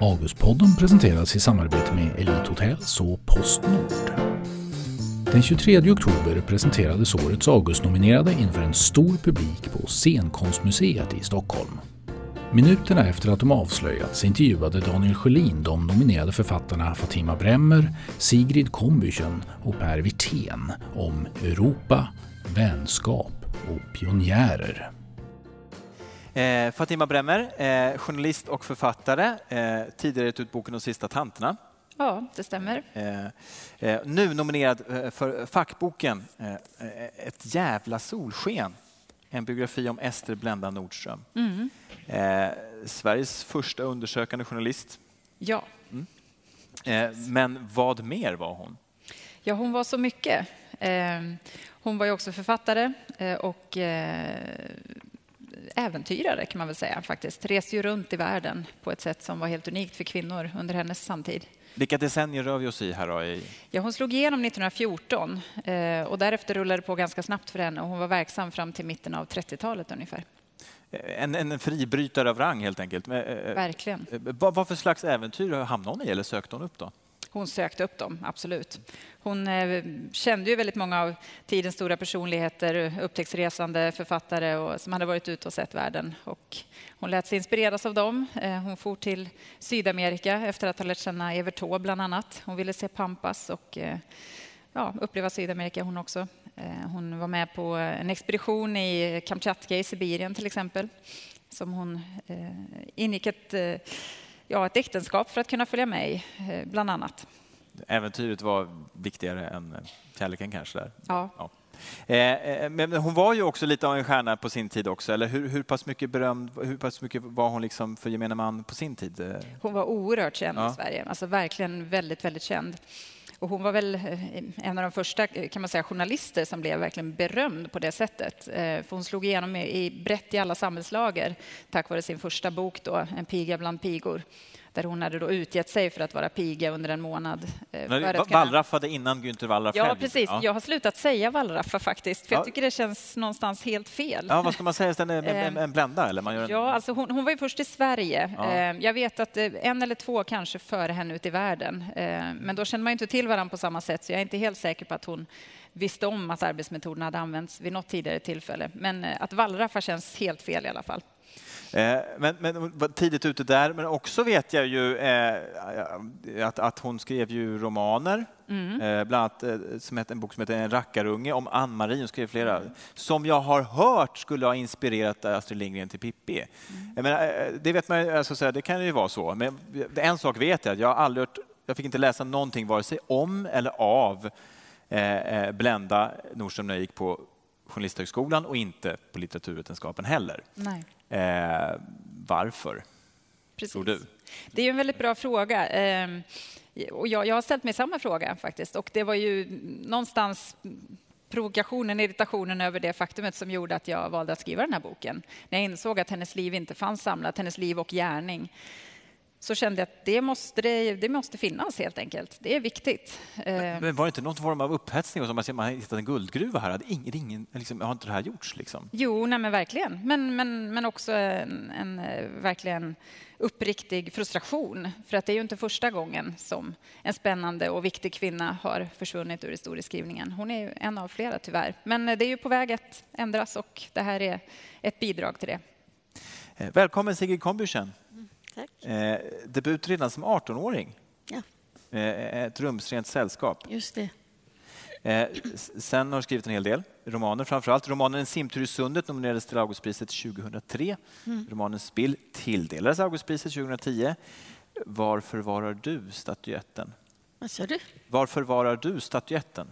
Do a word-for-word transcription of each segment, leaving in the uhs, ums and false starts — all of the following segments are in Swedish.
Augustpodden presenteras i samarbete med Elite Hotels och Postnord. Den tjugotredje oktober presenterades årets Augustnominerade inför en stor publik på Scenkonstmuseet i Stockholm. Minuterna efter att de avslöjats intervjuade Daniel Sjölin de nominerade författarna Fatima Bremmer, Sigrid Combüchen och Per Wirtén om Europa, vänskap och pionjärer. Eh, Fatima Bremmer, eh, journalist och författare, eh, tidigare gett ut boken De sista tanterna. Ja, det stämmer. Eh, eh, nu nominerad eh, för fackboken eh, Ett jävla solsken. En biografi om Ester Blenda Nordström. Mm. Eh, Sveriges första undersökande journalist. Ja. Mm. Eh, men vad mer var hon? Ja, hon var så mycket. Eh, hon var ju också författare eh, och eh, äventyrare kan man väl säga faktiskt. Reste ju runt i världen på ett sätt som var helt unikt för kvinnor under hennes samtid. Vilka decennier rör vi oss i här då? I... Ja, hon slog igenom nittonhundrafjorton eh, och därefter rullade det på ganska snabbt för henne och hon var verksam fram till mitten av trettiotalet ungefär. En, en fribrytare av rang helt enkelt. Verkligen. Vad, vad för slags äventyr hamnade hon i eller sökte hon upp då? Hon sökte upp dem, absolut. Hon eh, kände ju väldigt många av tidens stora personligheter, upptäcktsresande författare och, som hade varit ute och sett världen. Och hon lät sig inspireras av dem. Eh, hon for till Sydamerika efter att ha lärt känna Evert Taube bland annat. Hon ville se Pampas och eh, ja, uppleva Sydamerika hon också. Eh, hon var med på en expedition i Kamchatka i Sibirien till exempel. Som hon eh, ingick ett... Eh, Ja, ett äktenskap för att kunna följa med bland annat. Äventyret var viktigare än kärleken kanske där. Ja. ja. Eh, men hon var ju också lite av en stjärna på sin tid också. Eller hur, hur pass mycket berömd, hur pass mycket var hon liksom för gemene man på sin tid? Hon var oerhört känd ja. i Sverige. Alltså verkligen väldigt, väldigt känd. Och hon var väl en av de första kan man säga, journalister som blev verkligen berömd på det sättet. För hon slog igenom i, brett i alla samhällslager tack vare sin första bok då, En piga bland pigor. Där hon hade då utgett sig för att vara piga under en månad. Kunna... Wallraffade innan Günther Wallraff Ja, själv. precis. Ja. Jag har slutat säga Wallraffa faktiskt. För ja. jag tycker det känns någonstans helt fel. Ja, vad ska man säga? En, en, en blända? Eller man gör en... Ja, alltså hon, hon var ju först i Sverige. Ja. Jag vet att en eller två kanske före henne ut i världen. Men då kände man inte till varandra på samma sätt. Så jag är inte helt säker på att hon visste om att arbetsmetoderna hade använts vid något tidigare tillfälle. Men att Wallraffa känns helt fel i alla fall. Eh, men, men var tidigt ute där, men också vet jag ju eh, att, att hon skrev ju romaner, mm. eh, bland annat eh, som heter, en bok som heter En rackarunge om Ann-Marie, hon skrev flera, mm. som jag har hört skulle ha inspirerat Astrid Lindgren till Pippi. Mm. Jag menar, det vet man, alltså, så här, det kan ju vara så, men en sak vet jag, jag har aldrig hört, jag fick inte läsa någonting vare sig om eller av eh, Blenda Nordström när jag gick på Journalisthögskolan och inte på litteraturvetenskapen heller. Nej. Eh, varför? Precis. Tror du? Det är ju en väldigt bra fråga. Eh, och jag, jag har ställt mig samma fråga faktiskt. Och det var ju någonstans provokationen, irritationen över det faktumet som gjorde att jag valde att skriva den här boken. När jag insåg att hennes liv inte fanns samlat, hennes liv och gärning. Så kände jag att det måste, det, det måste finnas helt enkelt. Det är viktigt. Men, men var det inte någon form av upphetsning? Och som man har hittat en guldgruva här. Hade ingen, ingen, liksom, har inte det här gjorts? Liksom? Jo, nej men verkligen. Men, men, men också en, en verkligen uppriktig frustration. För att det är ju inte första gången som en spännande och viktig kvinna har försvunnit ur historieskrivningen. Hon är ju en av flera tyvärr. Men det är ju på väg att ändras och det här är ett bidrag till det. Välkommen Sigrid Combüchen. Tack. Eh, debut redan som arton-åring. Ja. Eh, ett rumsrent sällskap. Just det. Eh, sen har du skrivit en hel del romaner, framförallt romanen En simtur i sundet nominerades till Augustpriset tjugohundratre. Mm. Romanen Spill tilldelades Augustpriset tjugohundratio. Var förvarar du statyetten? Vad sa du? Var förvarar du statyetten?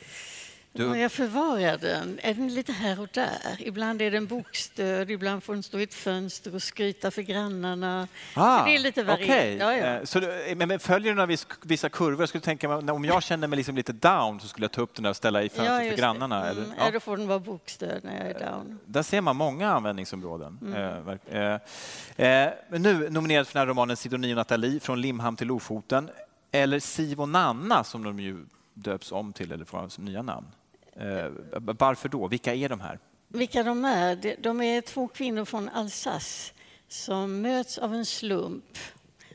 Du... Ja, jag förvarar den. Är den lite här och där? Ibland är den bokstöd, ibland får den stå i ett fönster och skryta för grannarna. Ah, så det är lite varierat. Okay. Ja, ja. Så du, men följer du några vis, vissa kurvor? Jag skulle tänka mig, om jag känner mig liksom lite down så skulle jag ta upp den där och ställa i fönstret ja, för grannarna. Mm, eller? Ja, då får den vara bokstöd när jag är down. Där ser man många användningsområden. Mm. Eh, eh, men nu nominerad för den här romanen Sidonie och Nathalie från Limhamn till Lofoten. Eller Siv och Nanna som de ju döps om till eller får som nya namn. Eh, varför då? Vilka är de här? Vilka de är? De är två kvinnor från Alsace som möts av en slump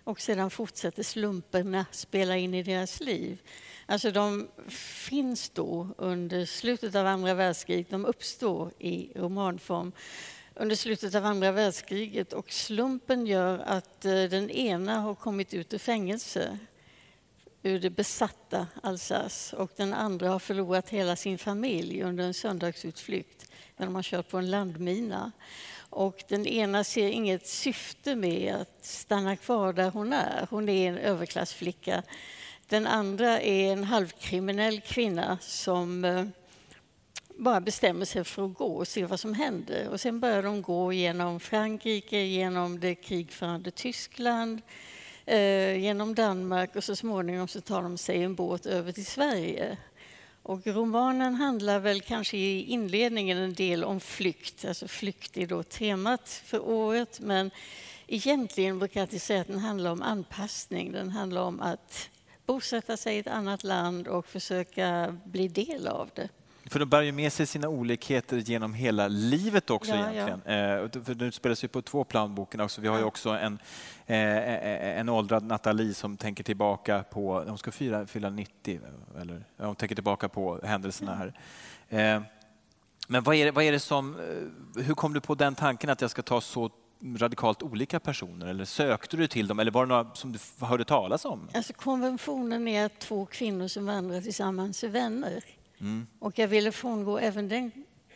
och sedan fortsätter slumperna spela in i deras liv. Alltså de finns då under slutet av andra världskriget, de uppstår i romanform under slutet av andra världskriget och slumpen gör att den ena har kommit ut ur fängelse, ur det besatta Alsace, och den andra har förlorat hela sin familj under en söndagsutflykt när de har kört på en landmina. Och den ena ser inget syfte med att stanna kvar där hon är. Hon är en överklassflicka. Den andra är en halvkriminell kvinna som bara bestämmer sig för att gå och se vad som händer. Och sen börjar de gå genom Frankrike, genom det krigförande Tyskland, eh, genom Danmark och så småningom så tar de sig en båt över till Sverige. Och romanen handlar väl kanske i inledningen en del om flykt. Alltså flykt är då temat för året, men egentligen brukar jag säga att den handlar om anpassning. Den handlar om att bosätta sig i ett annat land och försöka bli del av det. För de bär ju med sig sina olikheter genom hela livet också ja, egentligen. Ja. Eh, för det spelas ju på två plan boken också. Vi har ju också en, eh, en åldrad Nathalie som tänker tillbaka på, hon ska fyra, fylla nittio, eller hon tänker tillbaka på händelserna här. Eh, men vad är, det, vad är det som, hur kom du på den tanken att jag ska ta så radikalt olika personer, eller sökte du till dem, eller var det några som du hörde talas om? Alltså konventionen är att två kvinnor som vandrar tillsammans är vänner. Mm. Och jag ville frångå även den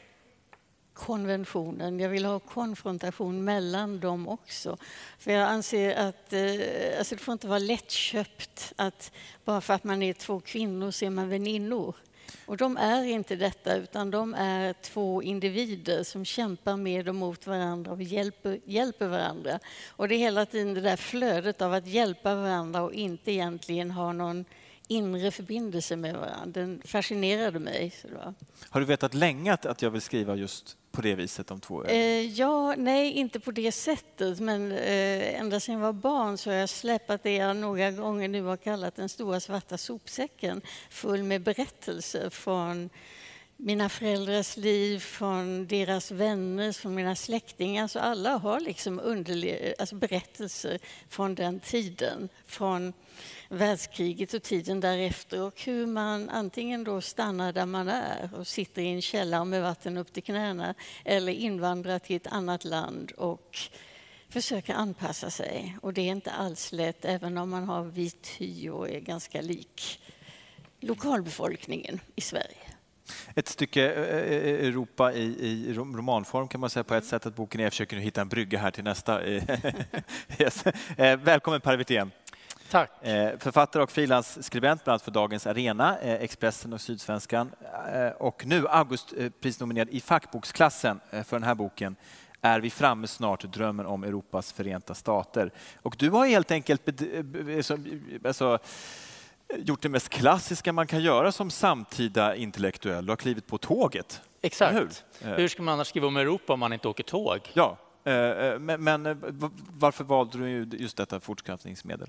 konventionen. Jag vill ha konfrontation mellan dem också. För jag anser att eh, alltså det får inte vara lättköpt att bara för att man är två kvinnor så är man väninnor. Och de är inte detta, utan de är två individer som kämpar med och mot varandra och hjälper, hjälper varandra. Och det är hela tiden det där flödet av att hjälpa varandra och inte egentligen ha någon inre förbindelse med varandra. Den fascinerade mig. Har du vetat länge att, att jag vill skriva just på det viset om två? Eh, ja, nej, inte på det sättet. Men eh, ända sedan jag var barn så har jag släpat det jag några gånger nu har kallat den stora svarta sopsäcken. Full med berättelser från mina föräldrars liv, från deras vänner, från mina släktingar. Så alla har liksom underlig, alltså berättelser från den tiden. Från världskriget och tiden därefter. Och hur man antingen då stannar där man är och sitter i en källare med vatten upp till knäna. Eller invandrar till ett annat land och försöker anpassa sig. Och det är inte alls lätt även om man har vit hy och är ganska lik lokalbefolkningen i Sverige. Ett stycke Europa i, i romanform kan man säga på ett sätt att boken är. Jag försöker nu hitta en brygga här till nästa. Yes. Välkommen Per Wirtén. Tack. Författare och frilansskribent bland annat för Dagens Arena, Expressen och Sydsvenskan. Och nu Augustprisnominerad i fackboksklassen för den här boken är vi framme snart, drömmen om Europas förenta stater. Och du har helt enkelt alltså, gjort det mest klassiska man kan göra som samtida intellektuell. Du har klivit på tåget. Exakt. Hur? Hur ska man annars skriva om Europa om man inte åker tåg? Ja, men, men varför valde du just detta fortskaffningsmedel?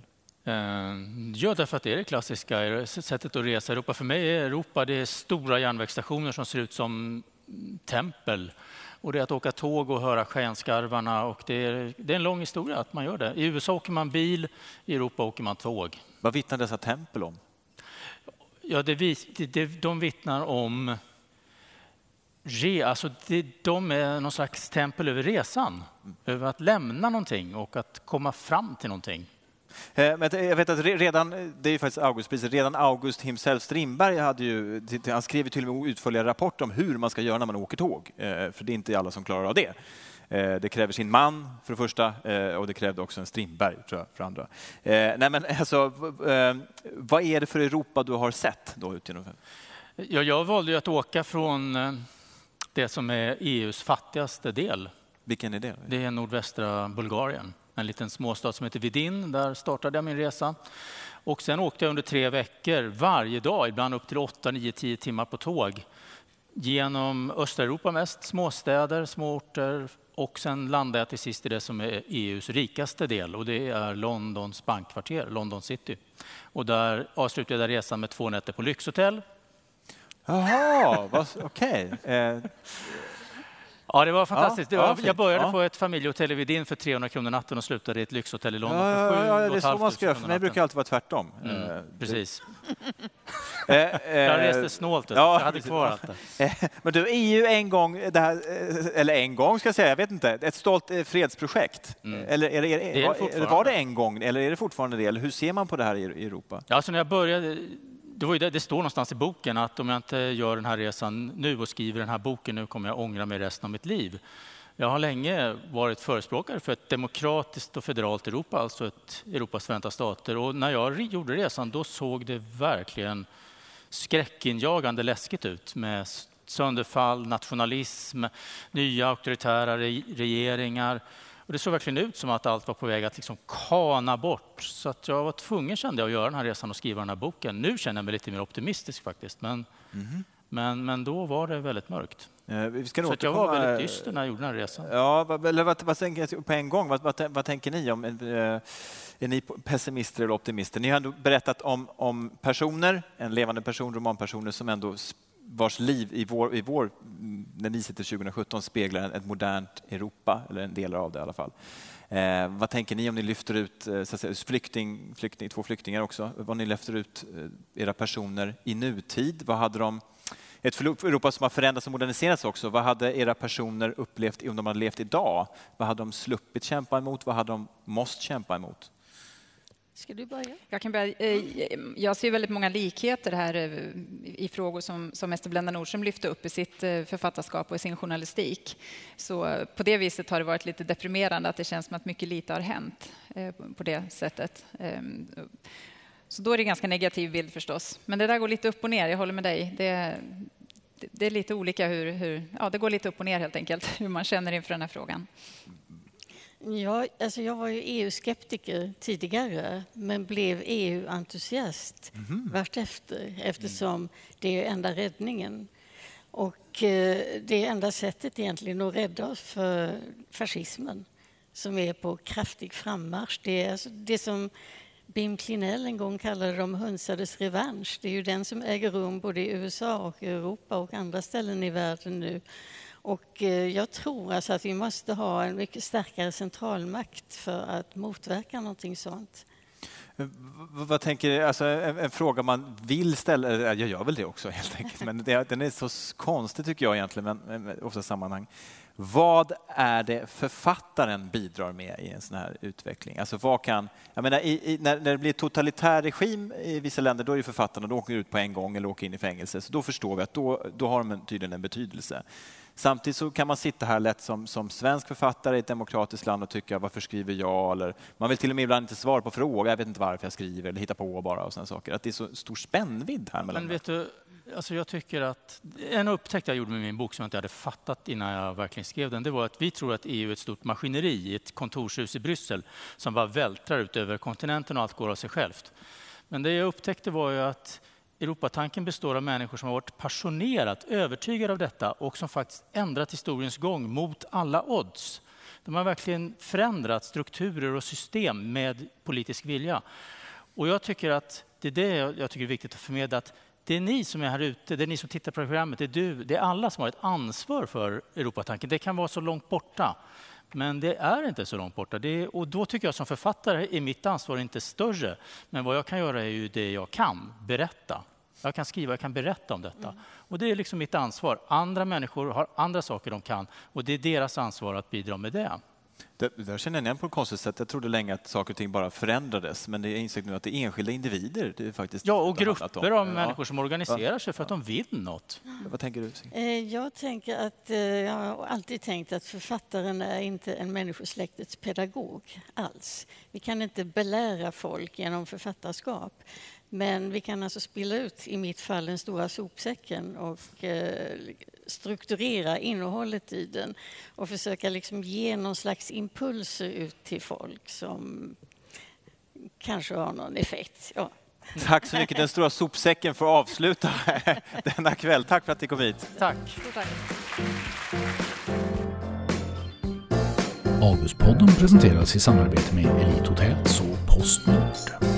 Ja, därför att det är det klassiska sättet att resa i Europa. För mig är Europa det är stora järnvägsstationer som ser ut som tempel. Och det är att åka tåg och höra skenskarvarna. Och det är, det är en lång historia att man gör det. I U S A åker man bil, i Europa åker man tåg. Vad vittnar dessa tempel om? Ja, det, det, de vittnar om... Alltså det, de är någon slags tempel över resan. Mm. Över att lämna någonting och att komma fram till någonting. Men jag vet att redan, det är ju faktiskt Augustpriset, redan August himself Strindberg hade ju, han skrev till och med utförliga rapporter om hur man ska göra när man åker tåg. För det är inte alla som klarar av det. Det kräver sin man för det första och det krävde också en Strindberg tror jag, för andra. Nej, men alltså, vad är det för Europa du har sett då utifrån? Ja, jag valde ju att åka från det som är E U:s fattigaste del. Vilken är det? Det är nordvästra Bulgarien. En liten småstad som heter Vidin, där startade jag min resa. Och sen åkte jag under tre veckor varje dag, ibland upp till åtta, nio, tio timmar på tåg. Genom östra Europa mest, småstäder, småorter. Och sen landade jag till sist i det som är E U:s rikaste del. Och det är Londons bankkvarter, London City. Och där avslutade jag resan med två nätter på lyxhotell. Jaha, okej. Okay. Eh. Ja, det var fantastiskt. Ja, det var, ja, jag började ja. på ett familjehotell i Vidin för trehundra kronor natten och slutade i ett lyxhotell i London Ja, för sju ja, ja, det är och ett så halvt man tusen ska göra. För kronor mig brukar natten. det alltid vara tvärtom. Mm, Eh, precis. Eh, Jag reste snålt ut. ja, jag hade precis. kvar allt det. Eh, Men du, E U en gång, det här, eh, eller en gång ska jag säga, jag vet inte, ett stolt eh, fredsprojekt. Mm. Eller, är det, är det, Det är var, fortfarande. eller var det en gång, eller är det fortfarande det? Eller hur ser man på det här i i Europa? Ja, alltså när jag började, det, var ju det, det står någonstans i boken att om jag inte gör den här resan nu och skriver den här boken nu kommer jag ångra mig resten av mitt liv. Jag har länge varit förespråkare för ett demokratiskt och federalt Europa, alltså ett Europas förenta stater. Och när jag gjorde resan då såg det verkligen skräckinjagande läskigt ut med sönderfall, nationalism, nya auktoritära regeringar. Och det såg verkligen ut som att allt var på väg att liksom kana bort. Så att jag var tvungen, kände jag, att göra den här resan och skriva den här boken. Nu känner jag mig lite mer optimistisk faktiskt. Men, mm. men, men då var det väldigt mörkt. Eh, vi ska så att jag var väldigt dyster när jag gjorde den här resan. Ja, vad, eller vad, vad tänker på en gång? Vad, vad, vad tänker ni om? Eh, är ni pessimister eller optimister? Ni har ändå berättat om, om personer, en levande person, romanpersoner som ändå vars liv i vår, i vår, när ni sitter tjugohundrasjutton speglar ett modernt Europa, eller en del av det i alla fall. Eh, vad tänker ni om ni lyfter ut eh, så att säga, flykting, flykting, två flyktingar också, vad ni lyfter ut eh, era personer i nutid? Vad hade de, ett Europa som har förändrats och moderniserats också, vad hade era personer upplevt om de hade levt idag? Vad hade de sluppit kämpa emot? Vad hade de måste kämpa emot? Ska du börja? Jag kan börja. Jag ser väldigt många likheter här i frågor som, som Ester Blenda Nordström lyfte upp i sitt författarskap och i sin journalistik. Så på det viset har det varit lite deprimerande att det känns som att mycket lite har hänt på det sättet. Så då är det en ganska negativ bild förstås. Men det där går lite upp och ner, jag håller med dig. Det, det är lite olika hur, hur... Ja, det går lite upp och ner helt enkelt, hur man känner inför den här frågan. Ja, alltså jag var ju E U-skeptiker tidigare men blev E U-entusiast mm. vartefter eftersom det är enda räddningen. Och eh, det är enda sättet egentligen att rädda oss för fascismen som är på kraftig frammarsch. Det är alltså det som Bim Klinell en gång kallade de hunsades revansch. Det är ju den som äger rum både i U S A och Europa och andra ställen i världen nu. Och jag tror alltså att vi måste ha en mycket starkare centralmakt för att motverka någonting sånt. Vad tänker alltså en, en fråga man vill ställa, jag gör väl det också helt enkelt, men det, den är så konstig tycker jag egentligen, men, men ofta sammanhang. Vad är det författaren bidrar med i en sån här utveckling? Alltså vad kan, jag menar, i, i, när, när det blir totalitär regim i vissa länder, då är det författarna, då åker ut på en gång eller åker in i fängelse. Så då förstår vi att då, då har de tydligen en betydelse. Samtidigt så kan man sitta här lätt som, som svensk författare i ett demokratiskt land och tycka varför skriver jag? Eller, man vill till och med ibland inte svara på frågor, jag vet inte varför jag skriver eller hittar på bara och sådana saker. Att det är så stor spännvidd här mellan. Men vet du, alltså jag tycker att en upptäckt jag gjorde med min bok som jag inte hade fattat innan jag verkligen skrev den, det var att vi tror att E U är ett stort maskineri i ett kontorshus i Bryssel som bara vältrar ut över kontinenten och allt går av sig självt. Men det jag upptäckte var ju att Europatanken består av människor som har varit passionerat övertygade av detta och som faktiskt ändrat historiens gång mot alla odds. De har verkligen förändrat strukturer och system med politisk vilja. Och jag tycker att det är det jag tycker är viktigt att förmedla, att det är ni som är här ute, det är ni som tittar på programmet, det är du, det är alla som har ett ansvar för Europatanken. Det kan vara så långt borta, men det är inte så långt borta. Det är, och då tycker jag som författare är mitt ansvar inte större, men vad jag kan göra är ju det jag kan, berätta. Jag kan skriva, jag kan berätta om detta. Mm. Och det är liksom mitt ansvar. Andra människor har andra saker de kan och det är deras ansvar att bidra med det. Det, där känner jag igen på ett konstigt sätt. Jag trodde länge att saker och ting bara förändrades, men det är insett nu att det är enskilda individer. Det är faktiskt ja, och grupper av ja. människor som organiserar ja. sig för att de vill något. Vad tänker du? Jag tänker att jag har alltid tänkt att författaren är inte en människosläktets pedagog alls. Vi kan inte belära folk genom författarskap. Men vi kan alltså spilla ut, i mitt fall, den stora sopsäcken och eh, strukturera innehållet i den och försöka liksom ge någon slags impulser ut till folk som kanske har någon effekt. Ja. Tack så mycket. Den stora sopsäcken får avsluta denna kväll. Tack för att ni kom hit. Tack. Tack. Augustpodden presenteras i samarbete med Elite Hotels och Postnord.